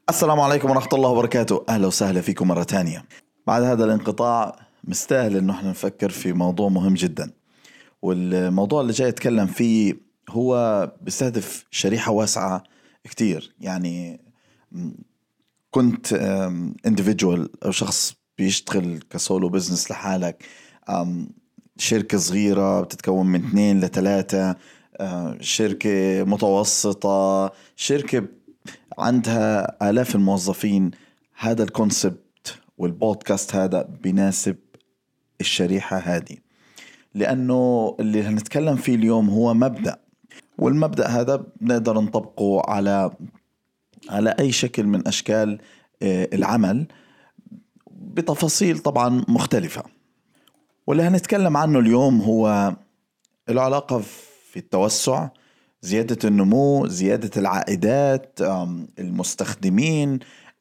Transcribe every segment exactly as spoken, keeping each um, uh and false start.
السلام عليكم ورحمة الله وبركاته. أهلا وسهلا فيكم مرة تانية. بعد هذا الانقطاع مستاهل إنه احنا نفكر في موضوع مهم جدا، والموضوع اللي جاي أتكلم فيه هو بيستهدف شريحة واسعة كتير. يعني كنت individual أو شخص بيشتغل كسولو بزنس لحالك، شركة صغيرة بتتكون من اثنين لثلاثة، شركة متوسطة، شركة عندها آلاف الموظفين. هذا الكونسبت والبودكاست هذا بيناسب الشريحة هذه، لأنه اللي هنتكلم فيه اليوم هو مبدأ، والمبدأ هذا بنقدر نطبقه على على أي شكل من أشكال العمل بتفاصيل طبعا مختلفة. واللي هنتكلم عنه اليوم هو العلاقة في التوسع، زيادة النمو، زيادة العائدات، المستخدمين،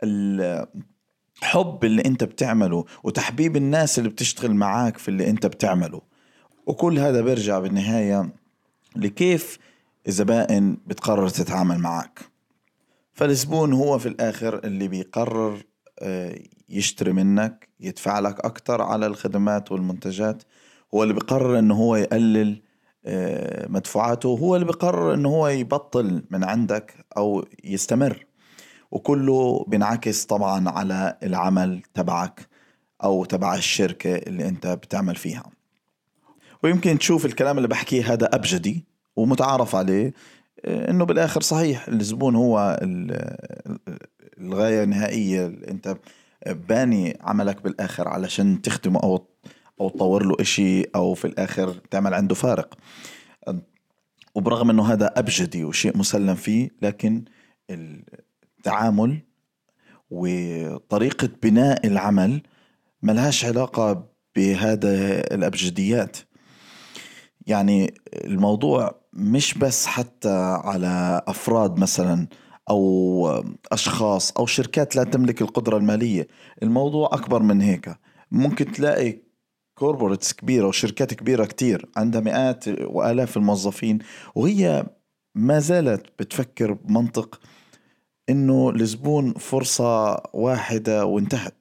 الحب اللي انت بتعمله، وتحبيب الناس اللي بتشتغل معاك في اللي انت بتعمله. وكل هذا بيرجع بالنهاية لكيف الزبائن بتقرر تتعامل معاك. فالزبون هو في الآخر اللي بيقرر يشتري منك، يدفع لك أكتر على الخدمات والمنتجات، هو اللي بيقرر انه هو يقلل مدفوعاته، هو اللي بيقرر انه هو يبطل من عندك او يستمر. وكله بينعكس طبعا على العمل تبعك او تبع الشركة اللي انت بتعمل فيها. ويمكن تشوف الكلام اللي بحكيه هذا أبجدي ومتعارف عليه، انه بالاخر صحيح الزبون هو الغاية النهائية. انت باني عملك بالاخر علشان تخدمه او أو تطور له إشي، أو في الآخر تعمل عنده فارق. وبرغم أنه هذا أبجدي وشيء مسلم فيه، لكن التعامل وطريقة بناء العمل ملهاش علاقة بهذا الأبجديات. يعني الموضوع مش بس حتى على أفراد مثلا أو أشخاص أو شركات لا تملك القدرة المالية. الموضوع أكبر من هيك. ممكن تلاقي كوربوريتس كبيرة وشركات كبيرة كتير عندها مئات وآلاف الموظفين، وهي ما زالت بتفكر بمنطق إنه الزبون فرصة واحدة وانتهت.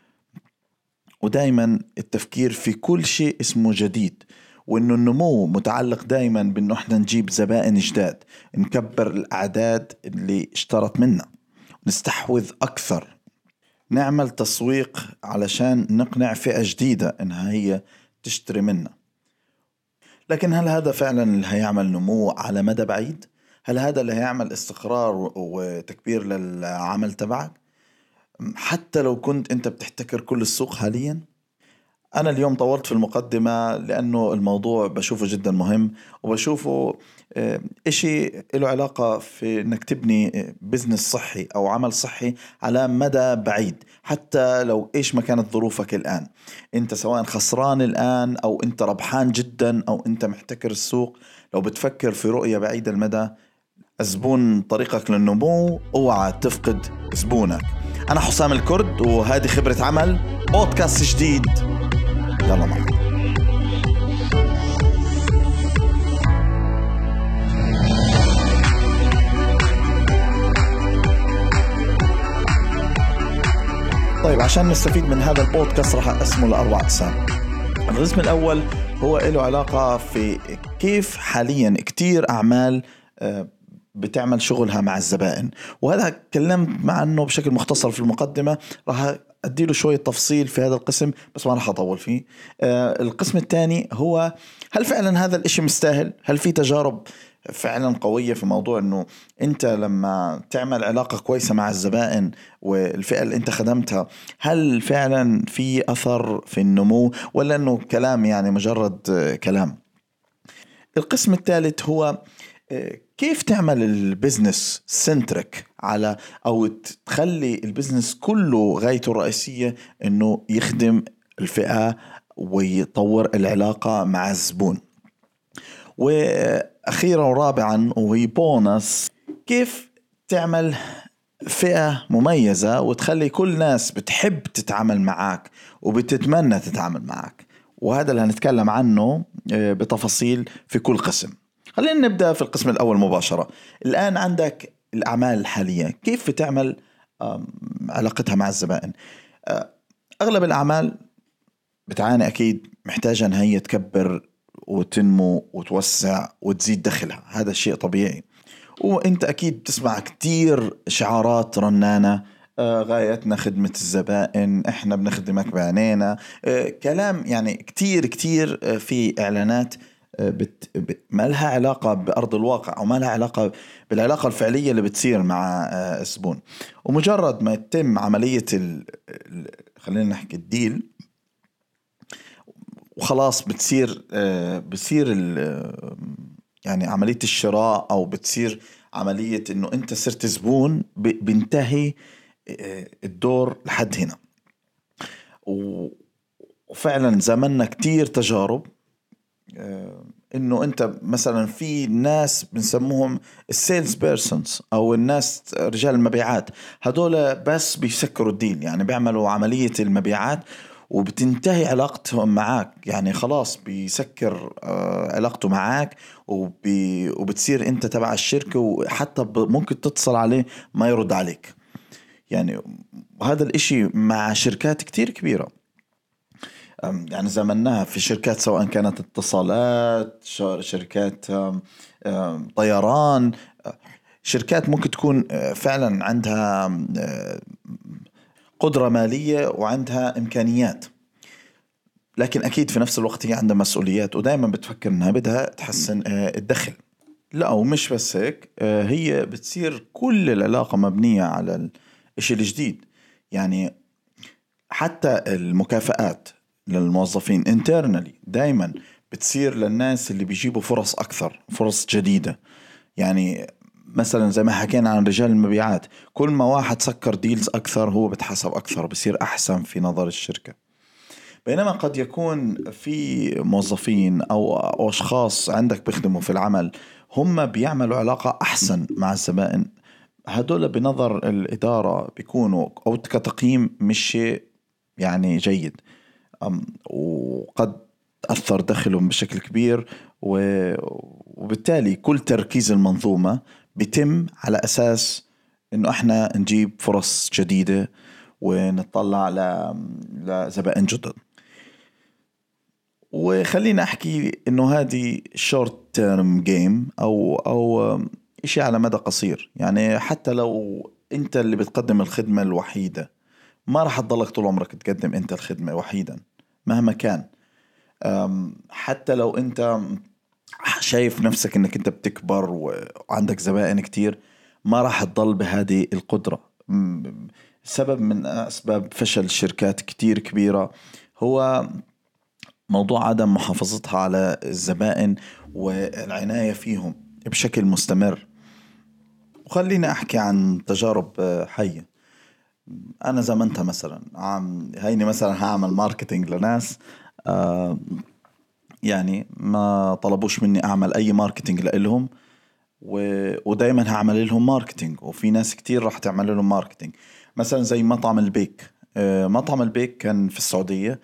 ودايما التفكير في كل شيء اسمه جديد، وإنه النمو متعلق دايما بإنه إحنا نجيب زبائن جداد، نكبر الأعداد اللي اشترت منا، نستحوذ أكثر، نعمل تسويق علشان نقنع فئة جديدة إنها هي تشتري منا. لكن هل هذا فعلا اللي هيعمل نمو على مدى بعيد؟ هل هذا اللي هيعمل استقرار وتكبير للعمل تبعك حتى لو كنت أنت بتحتكر كل السوق حاليا؟ أنا اليوم طولت في المقدمة لأنه الموضوع بشوفه جدا مهم، وبشوفه إشي له علاقة في إنك تبني بزنس صحي أو عمل صحي على مدى بعيد. حتى لو إيش ما كانت ظروفك الآن، أنت سواء خسران الآن أو أنت ربحان جدا أو أنت محتكر السوق، لو بتفكر في رؤية بعيدة المدى، الزبون طريقك للنمو، اوعى تفقد زبونك. أنا حسام الكرد، وهذه خبرة عمل، بودكاست جديد. يلا معنا. طيب، عشان نستفيد من هذا البودكاست راح أقسمه لأربع أقسام. القسم الأول هو له علاقة في كيف حاليا كتير أعمال بتعمل شغلها مع الزبائن، وهذا تكلمت مع أنه بشكل مختصر في المقدمة. راح أديله شوية تفصيل في هذا القسم بس ما راح أطول فيه. آه القسم الثاني هو هل فعلا هذا الإشي مستاهل؟ هل في تجارب فعلا قوية في موضوع أنه أنت لما تعمل علاقة كويسة مع الزبائن والفئة اللي أنت خدمتها، هل فعلا في أثر في النمو، ولا أنه كلام يعني مجرد كلام؟ القسم الثالث هو كيف تعمل البزنس سنتريك على أو تخلي البزنس كله غايته الرئيسية إنه يخدم الفئة ويطور العلاقة مع الزبون. وأخيرا ورابعا وهي بونس، كيف تعمل فئة مميزة وتخلي كل ناس بتحب تتعامل معك وبتتمنى تتعامل معك. وهذا اللي هنتكلم عنه بتفاصيل في كل قسم. خلينا نبدأ في القسم الأول مباشرة. الآن عندك الأعمال الحالية، كيف تعمل علاقتها مع الزبائن. أغلب الأعمال بتعاني أكيد، محتاجة أن هي تكبر وتنمو وتوسع وتزيد دخلها، هذا الشيء طبيعي. وانت اكيد بتسمع كتير شعارات رنانة، آه غايتنا خدمة الزبائن، احنا بنخدمك بعينينا، آه كلام يعني كتير كتير. آه في اعلانات آه بت ب- ما لها علاقة بأرض الواقع، او ما لها علاقة بالعلاقة الفعلية اللي بتصير مع آه الزبون. ومجرد ما يتم عملية ال ال- خلينا نحكي الديل، وخلاص بتصير آه، بتصير ال- آه، يعني عملية الشراء، أو بتصير عملية إنه أنت صرت زبون، ب- بينتهي آه، الدور لحد هنا. و- وفعلا زمننا كتير تجارب، آه، إنه أنت مثلا في ناس بنسموهم السيلز بيرسونز، أو الناس رجال المبيعات، هدول بس بيسكروا الديل، يعني بيعملوا عملية المبيعات وبتنتهي علاقتهم معاك، يعني خلاص بيسكر آه، علاقته معاك، وبي وبتصير انت تبع الشركة، وحتى ب- ممكن تتصل عليه ما يرد عليك. يعني هذا الاشي مع شركات كتير كبيرة. أم، يعني زمناها في شركات، سواء كانت اتصالات، ش- شركات أم، أم، طيران، شركات ممكن تكون آه، فعلا عندها أم، آه، قدرة مالية وعندها إمكانيات، لكن أكيد في نفس الوقت هي عندها مسؤوليات، ودائما بتفكر إنها بدها تحسن آه، الدخل. لا، ومش بس هيك، آه، هي بتصير كل العلاقة مبنية على الشيء الجديد. يعني حتى المكافآت للموظفين internally دائما بتصير للناس اللي بيجيبوا فرص أكثر، فرص جديدة. يعني مثلا زي ما حكينا عن رجال المبيعات، كل ما واحد سكر ديلز أكثر هو بتحسب أكثر، بصير أحسن في نظر الشركة. بينما قد يكون في موظفين أو أو أشخاص عندك بيخدموا في العمل، هم بيعملوا علاقة أحسن مع الزبائن، هدول بنظر الإدارة بيكونوا أو كتقييم مش شيء يعني جيد. أم وقد أثر دخلهم بشكل كبير، و- وبالتالي كل تركيز المنظومة بيتم على أساس إنه إحنا نجيب فرص جديدة ونطلع ل- لزبائن جدد. وخلينا أحكي إنه هذه short term game، أو أو إشي على مدى قصير. يعني حتى لو أنت اللي بتقدم الخدمة الوحيدة، ما راح تضلك طول عمرك تقدم أنت الخدمة وحيدا مهما كان. أم، حتى لو أنت شايف نفسك إنك أنت بتكبر وعندك زبائن كتير، ما راح تضل بهذه القدرة. م- سبب من أسباب فشل الشركات كتير كبيرة هو موضوع عدم محافظتها على الزبائن والعناية فيهم بشكل مستمر. وخليني أحكي عن تجارب آه، حية. أنا زمنتها مثلا عم هيني مثلا هعمل ماركتينج لناس، آه، يعني ما طلبوش مني أعمل أي ماركتينج لإلهم، و... ودايما هعمل لهم ماركتينج، وفي ناس كتير راح تعمل لهم ماركتينج. مثلا زي مطعم البيك، آه، مطعم البيك كان في السعودية،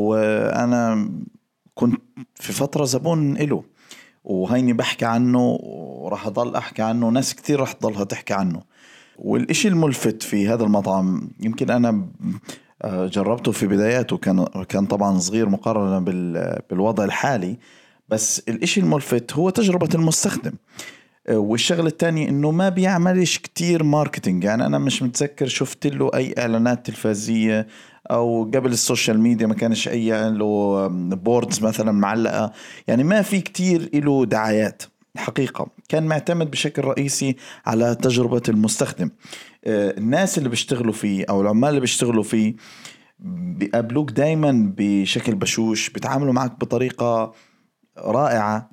وأنا كنت في فترة زبون إله، وهيني بحكي عنه وراح أضل أحكي عنه، ناس كتير راح تضلها تحكي عنه. والإشي الملفت في هذا المطعم، يمكن أنا آه، جربته في بداياته، كان كان طبعا صغير مقارنة بال... بالوضع الحالي، بس الإشي الملفت هو تجربة المستخدم. والشغلة التانية انه ما بيعملش كتير ماركتينج. يعني انا مش متذكر شفت له اي اعلانات تلفزية، او قبل السوشيال ميديا ما كانش اي له بوردز مثلا معلقة. يعني ما في كتير له دعايات. حقيقة كان معتمد بشكل رئيسي على تجربة المستخدم. آه، الناس اللي بيشتغلوا فيه او العمال اللي بيشتغلوا فيه بيقابلوك دايما بشكل بشوش، بيتعاملوا معك بطريقة رائعة،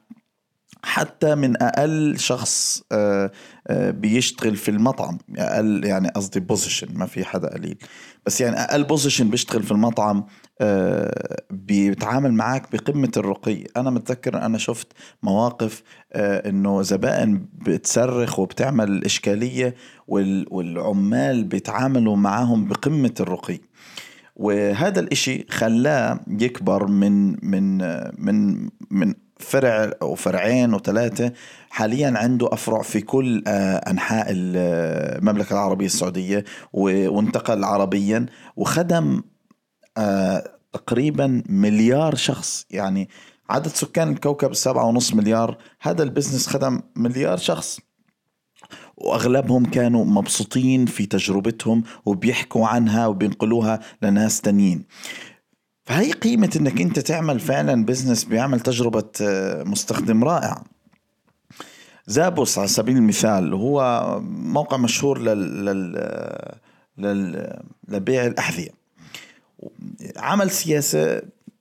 حتى من أقل شخص آه، آه، بيشتغل في المطعم. أقل يعني قصدي بوزيشن، ما في حدا قليل، بس يعني أقل بوزيشن بيشتغل في المطعم آه، بيتعامل معك بقمة الرقي. أنا متذكر أنا شفت مواقف آه، إنه زبائن بتصرخ وبتعمل إشكالية، وال- والعمال بيتعاملوا معهم بقمة الرقي. وهذا الاشي خلاه يكبر من من من من فرع وفرعين وثلاثة. حاليا عنده أفرع في كل آه، أنحاء المملكة العربية السعودية، وانتقل عربيا وخدم آه، تقريبا مليار شخص. يعني عدد سكان الكوكب سبعة ونص مليار، هذا البزنس خدم مليار شخص، وأغلبهم كانوا مبسوطين في تجربتهم وبيحكوا عنها وبينقلوها لناس تانيين. فهي قيمة انك انت تعمل فعلا بزنس بيعمل تجربة آه، مستخدم رائع. زابوس على سبيل المثال هو موقع مشهور لل... لل... لل... لبيع الأحذية. عمل سياسة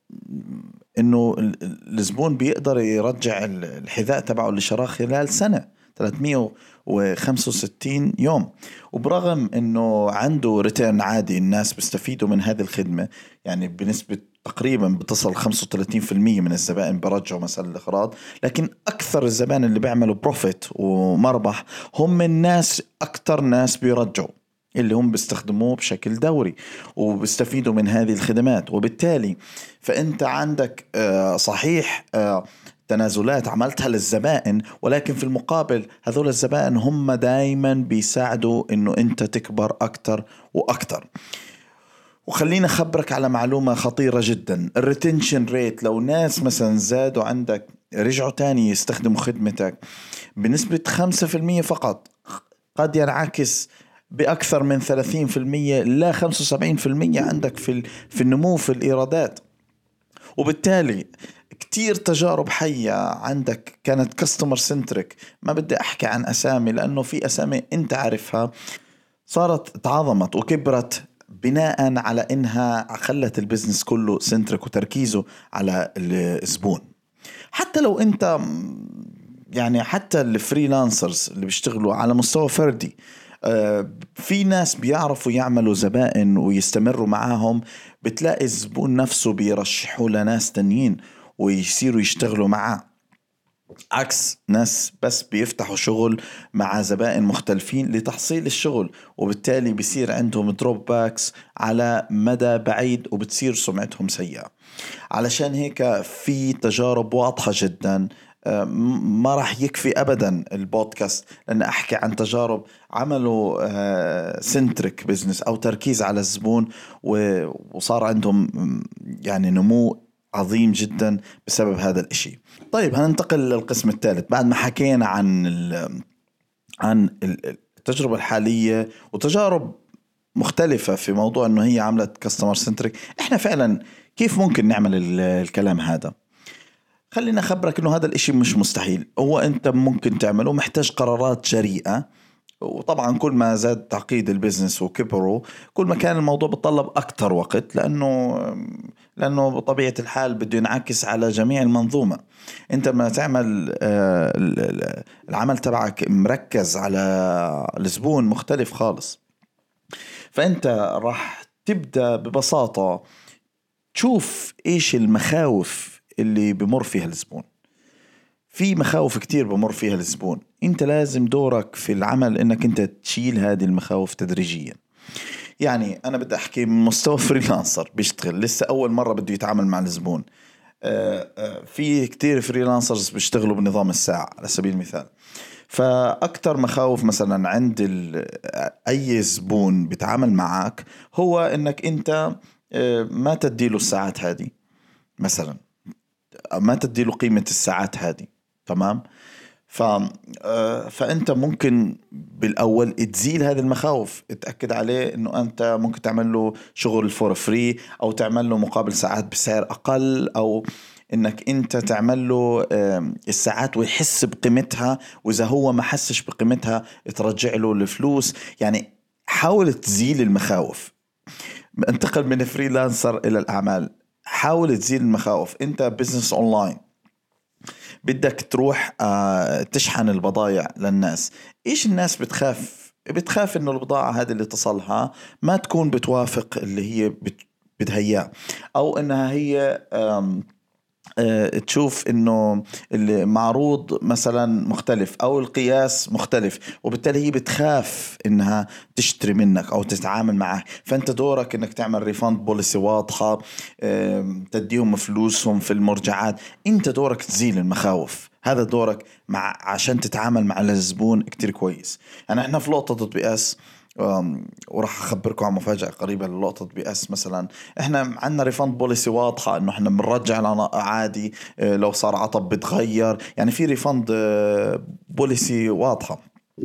انه ال- الزبون بيقدر يرجع ال- الحذاء تبعه اللي شراه خلال سنة، ثلاثمية وخمسة وستين يوم. وبرغم انه عنده ريتيرن عادي، الناس بيستفيدوا من هذه الخدمة، يعني بنسبة تقريبا بتصل خمسة وثلاثين بالمية من الزبائن برجعوا مثلا الأغراض. لكن أكثر الزبائن اللي بيعملوا بروفيت ومربح هم الناس، أكثر ناس بيرجعوا، اللي هم بيستخدموه بشكل دوري وبيستفيدوا من هذه الخدمات. وبالتالي فأنت عندك آه، صحيح آه، تنازلات عملتها للزبائن، ولكن في المقابل هذول الزبائن هم دايما بيساعدوا انه انت تكبر اكتر واكتر. وخلينا خبرك على معلومة خطيرة جدا، الريتنشن ريت. لو ناس مثلا زادوا عندك رجعوا تاني يستخدموا خدمتك بنسبة خمسة في المية فقط، قد ينعكس بأكثر من ثلاثين في المية لا خمسة وسبعين في المية عندك في في النمو في الإيرادات. وبالتالي كتير تجارب حية عندك كانت كاستمر سنتريك، ما بدي أحكي عن أسامي لأنه في أسامي أنت عارفها صارت تعاظمت وكبرت بناء على إنها خلت البزنس كله سنتريك وتركيزه على الزبون. حتى لو أنت يعني حتى الفريلانسرز اللي بيشتغلوا على مستوى فردي، في ناس بيعرفوا يعملوا زبائن ويستمروا معاهم، بتلاقي الزبون نفسه بيرشحوا لناس تانيين ويصيروا يشتغلوا معاه، عكس ناس بس بيفتحوا شغل مع زبائن مختلفين لتحصيل الشغل، وبالتالي بيصير عندهم دروب باكس على مدى بعيد وبتصير سمعتهم سيئة. علشان هيك في تجارب واضحة جدا، ما راح يكفي أبدا البودكاست لأن أحكي عن تجارب عملوا سنتريك بزنس أو تركيز على الزبون وصار عندهم يعني نمو عظيم جدا بسبب هذا الاشي. طيب هننتقل للقسم الثالث. بعد ما حكينا عن عن التجربة الحالية وتجارب مختلفة في موضوع انه هي عملت كاستمر سنتريك، احنا فعلا كيف ممكن نعمل الكلام هذا؟ خلينا أخبرك إنه هذا الإشي مش مستحيل، هو أنت ممكن تعمله، محتاج قرارات جريئة. وطبعا كل ما زاد تعقيد البزنس وكبره كل ما كان الموضوع بتطلب أكتر وقت، لأنه لأنه بطبيعة الحال بده ينعكس على جميع المنظومة. أنت ما تعمل العمل تبعك مركز على الزبون مختلف خالص، فأنت راح تبدأ ببساطة تشوف إيش المخاوف اللي بمر فيها الزبون. في مخاوف كتير بمر فيها الزبون، انت لازم دورك في العمل انك انت تشيل هذه المخاوف تدريجيا. يعني انا بدي احكي من مستوى فريلانسر بيشتغل لسه اول مرة بده يتعامل مع الزبون. في كتير فريلانسرز بيشتغلوا بنظام الساعة على سبيل المثال، فأكتر مخاوف مثلا عند أي زبون بيتعامل معك هو انك انت ما تديله الساعات هذه مثلا، ما تديله قيمة الساعات هذه، تمام؟ ف... فأنت ممكن بالأول تزيل هذه المخاوف، اتأكد عليه أنه أنت ممكن تعمل له شغل فور فري أو تعمل له مقابل ساعات بسعر أقل، أو أنك أنت تعمل له الساعات ويحس بقيمتها، وإذا هو ما حسش بقيمتها ترجع له الفلوس. يعني حاول تزيل المخاوف. انتقل من فريلانسر إلى الأعمال، حاول تزيل المخاوف. انت بزنس اونلاين بدك تروح آه تشحن البضائع للناس. ايش الناس بتخاف؟ بتخاف انه البضاعة هذه اللي تصلها ما تكون بتوافق اللي هي بدها اياه، او انها هي آه، تشوف انه المعروض مثلا مختلف او القياس مختلف، وبالتالي هي بتخاف انها تشتري منك او تتعامل معك. فانت دورك انك تعمل ريفاند بوليسي واضحة، آم، تديهم فلوسهم في المرجعات. انت دورك تزيل المخاوف، هذا دورك مع عشان تتعامل مع الزبون كتير كويس. يعني احنا في لقطة تطبيق اس، أم، وراح اخبركم عن مفاجأة قريبة للقطة بي اس. مثلا احنا عندنا ريفاند بوليسي واضحة انه احنا بنرجع لنا عادي، اه، لو صار عطب بتغير، يعني في ريفاند بوليسي واضحة.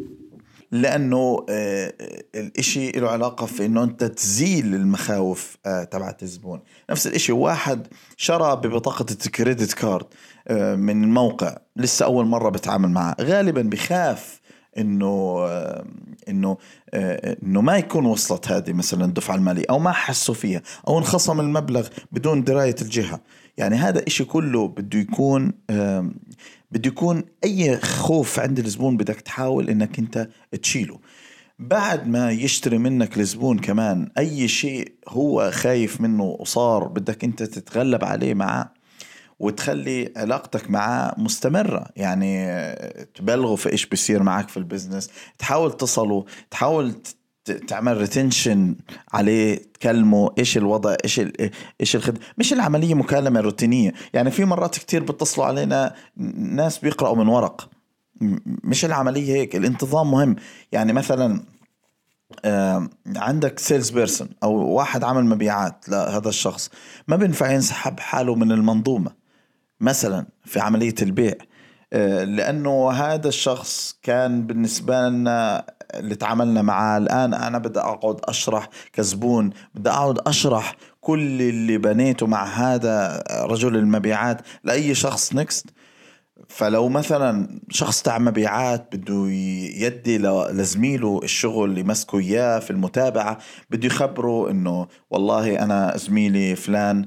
لانه اه، الاشي له علاقة في انه انت تزيل المخاوف اه، تبعت الزبون. نفس الاشي واحد شرى ببطاقة الكريدت كارد اه، من الموقع، لسه اول مرة بتعامل معه، غالبا بخاف انه آه، انه آه، انه ما يكون وصلت هذه مثلا الدفعه الماليه، او ما حسوا فيها، او انخصم المبلغ بدون درايه الجهه. يعني هذا إشي كله بده يكون آم، بده يكون اي خوف عند الزبون بدك تحاول انك انت تشيله. بعد ما يشتري منك الزبون كمان اي شيء هو خايف منه وصار بدك انت تتغلب عليه معه، وتخلي علاقتك معاه مستمرة. يعني آه، تبلغوا في إيش بيصير معك في البزنس، تحاول تصلوا، تحاول ت- تعمل ريتنشن عليه، تكلمه إيش الوضع، إيش ال إيش الخد مش العملية مكالمة روتينية. يعني في مرات كتير بتصلوا علينا ناس بيقرأوا من ورق، م- مش العملية هيك، الانتظام مهم. يعني مثلا آه، عندك سيلز بيرسون او واحد عمل مبيعات لهذا الشخص، ما بينفع ينسحب حاله من المنظومة مثلا في عملية البيع، آه، لأنه هذا الشخص كان بالنسبة لنا اللي تعاملنا معاه. الآن أنا بدي أقعد أشرح كزبون، بدي أقعد أشرح كل اللي بنيته مع هذا رجل المبيعات لأي شخص نكست. فلو مثلا شخص تاع مبيعات بده يدي ل- لزميله الشغل اللي مسكه إياه في المتابعة، بده يخبره إنه والله أنا زميلي فلان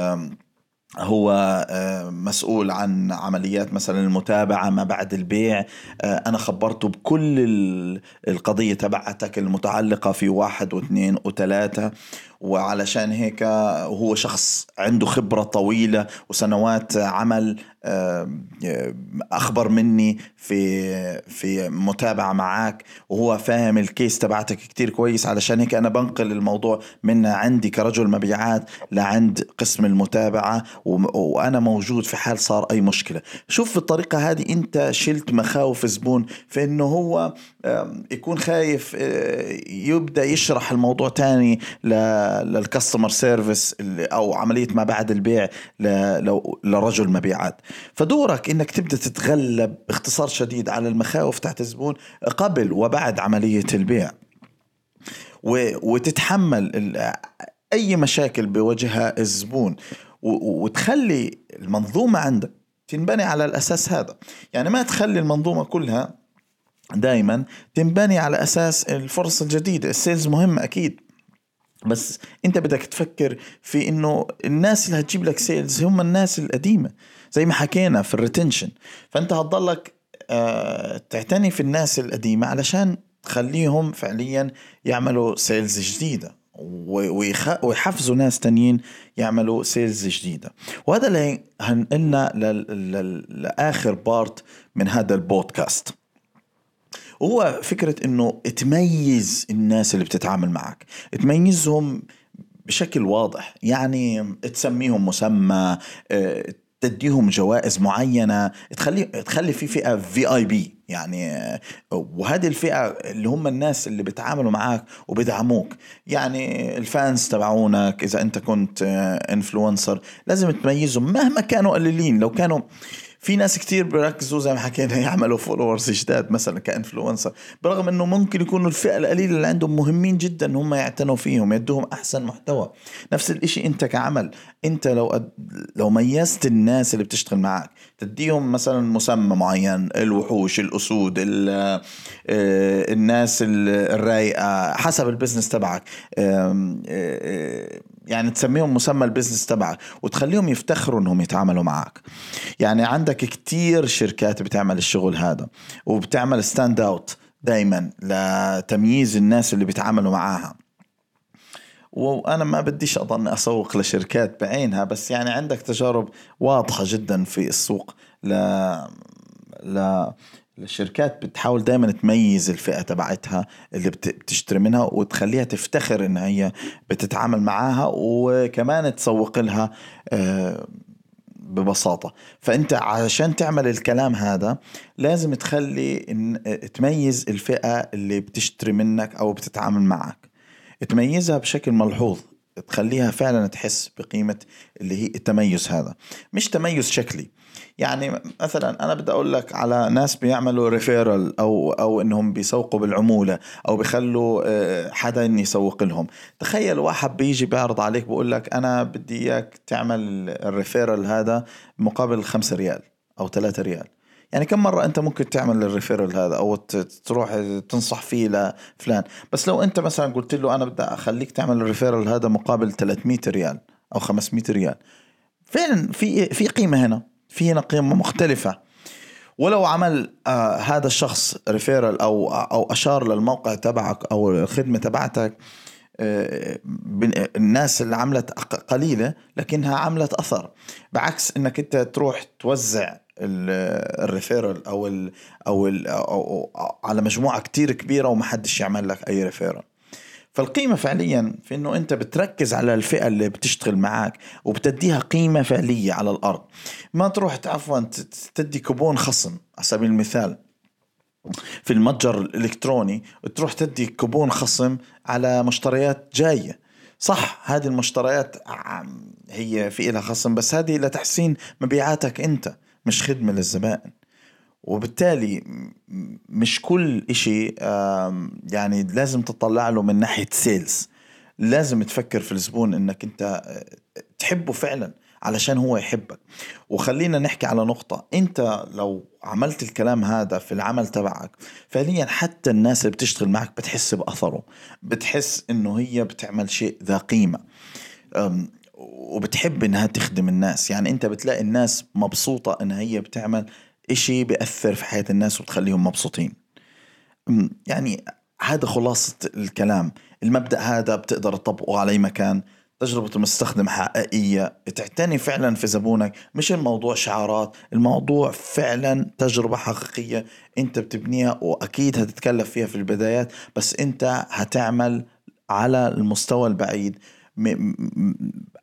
هو آه، مسؤول عن عمليات مثلا المتابعة ما بعد البيع، آه، أنا خبرته بكل ال- القضية تبعتك المتعلقة في واحد واثنين وثلاثة. وعلشان هيك هو شخص عنده خبرة طويلة وسنوات عمل، آه، أخبر مني في في متابعة معك، وهو فاهم الكيس تبعتك كتير كويس. علشان هيك أنا بنقل الموضوع من عندي كرجل مبيعات لعند قسم المتابعة، و- وأنا موجود في حال صار أي مشكلة. شوف بالطريقة هذه أنت شلت مخاوف زبون في إنه هو آم، يكون خايف آه، يبدأ يشرح الموضوع تاني للكاستمر سيرفيس أو عملية ما بعد البيع ل- لو- لرجل مبيعات. فدورك إنك تبدأ تتغلب باختصار شديد على المخاوف تحت الزبون قبل وبعد عملية البيع، و- وتتحمل ال- أي مشاكل بوجهها الزبون، و- وتخلي المنظومة عندك تنبني على الأساس هذا. يعني ما تخلي المنظومة كلها دائما تنبني على أساس الفرص الجديدة. السيلز مهم أكيد، بس انت بدك تفكر في انه الناس اللي هتجيب لك سيلز هم الناس القديمة، زي ما حكينا في الريتنشن. فانت هتضلك آه تعتني في الناس القديمة علشان تخليهم فعليا يعملوا سيلز جديدة، و- ويخ- ويحفزوا ناس تانيين يعملوا سيلز جديدة. وهذا اللي هنقلنا لل- لل- لآخر بارت من هذا البودكاست، هو فكرة انه تميز الناس اللي بتتعامل معك، تميزهم بشكل واضح. يعني تسميهم مسمى، آه، تديهم جوائز معينة، تخلي تخلي في فئة في اي بي يعني، آه، وهذه الفئة اللي هم الناس اللي بيتعاملوا معك وبيدعموك. يعني الفانز تبعونك إذا أنت كنت انفلونسر لازم تميزهم مهما كانوا قليلين. لو كانوا في ناس كتير بيركزوا زي ما حكينا يعملوا فولورز جداد مثلا كانفلونسر، برغم انه ممكن يكونوا الفئة القليلة اللي عندهم مهمين جدا ان هم يعتنوا فيهم، يدوهم احسن محتوى. نفس الاشي انت كعمل، انت لو أد... لو ميزت الناس اللي بتشتغل معك، تديهم مثلا مسمى معين، الوحوش، الاسود، ال... آه، الناس ال- الرايقة حسب البزنس تبعك، آم، آه، آه، يعني تسميهم مسمى البزنس تبعك وتخليهم يفتخروا انهم يتعاملوا معك. يعني عندك كتير شركات بتعمل الشغل هذا، وبتعمل ستاند اوت دايما لتمييز الناس اللي بيتعاملوا معاها. وأنا ما بديش أضل أسوق لشركات بعينها، بس يعني عندك تجارب واضحة جدا في السوق ل ل الشركات بتحاول دائما تميز الفئة تبعتها اللي بت- بتشتري منها وتخليها تفتخر إن هي بتتعامل معاها، وكمان تسوق لها آه، ببساطة. فأنت عشان تعمل الكلام هذا لازم تخلي إن تميز الفئة اللي بتشتري منك أو بتتعامل معك، تميزها بشكل ملحوظ، تخليها فعلا تحس بقيمة اللي هي التميز هذا، مش تميز شكلي. يعني مثلا أنا بدي أقول لك على ناس بيعملوا ريفيرال أو أو إنهم بيسوقوا بالعمولة أو بيخلوا آه، حدا يسوق لهم. تخيل واحد بيجي بيعرض عليك بقول لك أنا بدي إياك تعمل الريفيرال هذا مقابل خمسة ريال أو ثلاثة ريال. يعني كم مرة أنت ممكن تعمل الريفيرال هذا أو ت- تروح تنصح فيه لفلان؟ بس لو أنت مثلا قلت له أنا بدي أخليك تعمل الريفيرال هذا مقابل ثلاثمية ريال أو خمسمية ريال، فعلا في في قيمة هنا، في هنا قيمة مختلفة. ولو عمل آه هذا الشخص ريفيرال أو أو أشار للموقع تبعك أو الخدمة تبعتك، آه بن- الناس اللي عملت أق- قليلة لكنها عملت أثر، بعكس إنك أنت تروح توزع الريفيرال أو ال أو, ال أو, أو, أو على مجموعة كتير كبيرة ومحدش يعمل لك أي ريفيرال. فالقيمة فعليا في انه انت بتركز على الفئة اللي بتشتغل معاك وبتديها قيمة فعلية على الارض. ما تروح عفوا تدي كوبون خصم على سبيل المثال في المتجر الالكتروني، تروح تدي كوبون خصم على مشتريات جاية. صح هذه المشتريات عم- هي في لها خصم، بس هذه لتحسين مبيعاتك انت، مش خدمة للزبائن. وبالتالي م- مش كل إشي آم، يعني لازم تطلع له من ناحية سيلز. لازم تفكر في الزبون انك انت آه، تحبه فعلا علشان هو يحبك. وخلينا نحكي على نقطة، انت لو عملت الكلام هذا في العمل تبعك فعليا حتى الناس اللي بتشتغل معك بتحس بأثره، بتحس انه هي بتعمل شيء ذا قيمة، أم، وبتحب انها تخدم الناس. يعني انت بتلاقي الناس مبسوطة انها هي بتعمل اشي بيأثر في حياة الناس وبتخليهم مبسوطين. أم، يعني هذا خلاصة الكلام. المبدأ هذا بتقدر تطبقه على أي مكان. تجربة المستخدم حقيقية، تعتني فعلا في زبونك، مش الموضوع شعارات، الموضوع فعلا تجربة حقيقية انت بتبنيها، واكيد هتتكلف فيها في البدايات، بس انت هتعمل على المستوى البعيد. م- م-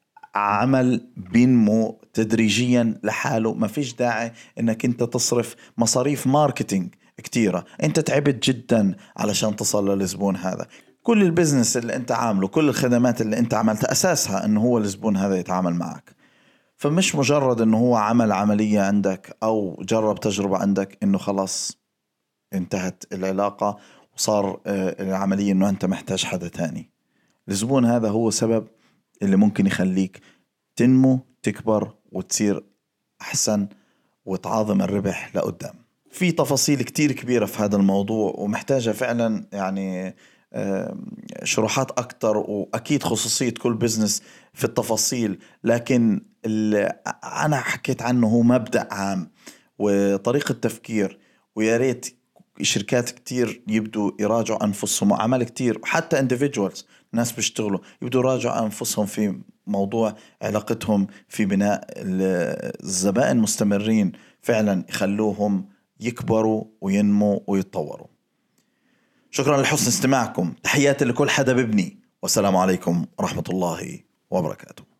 عمل بينمو تدريجيا لحاله، ما فيش داعي انك انت تصرف مصاريف ماركتينج كتيرة. انت تعبت جدا علشان تصل للزبون هذا. كل البزنس اللي انت عامله، كل الخدمات اللي انت عملتها اساسها انه هو الزبون هذا يتعامل معك. فمش مجرد انه هو عمل عملية عندك او جرب تجربة عندك انه خلاص انتهت العلاقة وصار آه، العملية انه انت محتاج حدا تاني. الزبون هذا هو سبب اللي ممكن يخليك تنمو، تكبر وتصير أحسن وتعاظم الربح لقدام. في تفاصيل كتير كبيرة في هذا الموضوع ومحتاجة فعلا يعني آم، شروحات أكتر، وأكيد خصوصية كل بزنس في التفاصيل. لكن اللي أنا حكيت عنه هو مبدأ عام وطريقة تفكير. ويا ريت شركات كتير يبدوا يراجعوا أنفسهم، وعمل كتير حتى individuals ناس بيشتغلوا يبدوا يراجعوا أنفسهم في موضوع علاقتهم في بناء ال- الزبائن مستمرين، فعلا يخلوهم يكبروا وينموا ويتطوروا. شكرا لحسن استماعكم، تحياتي لكل حدا ببني، والسلام عليكم ورحمة الله وبركاته.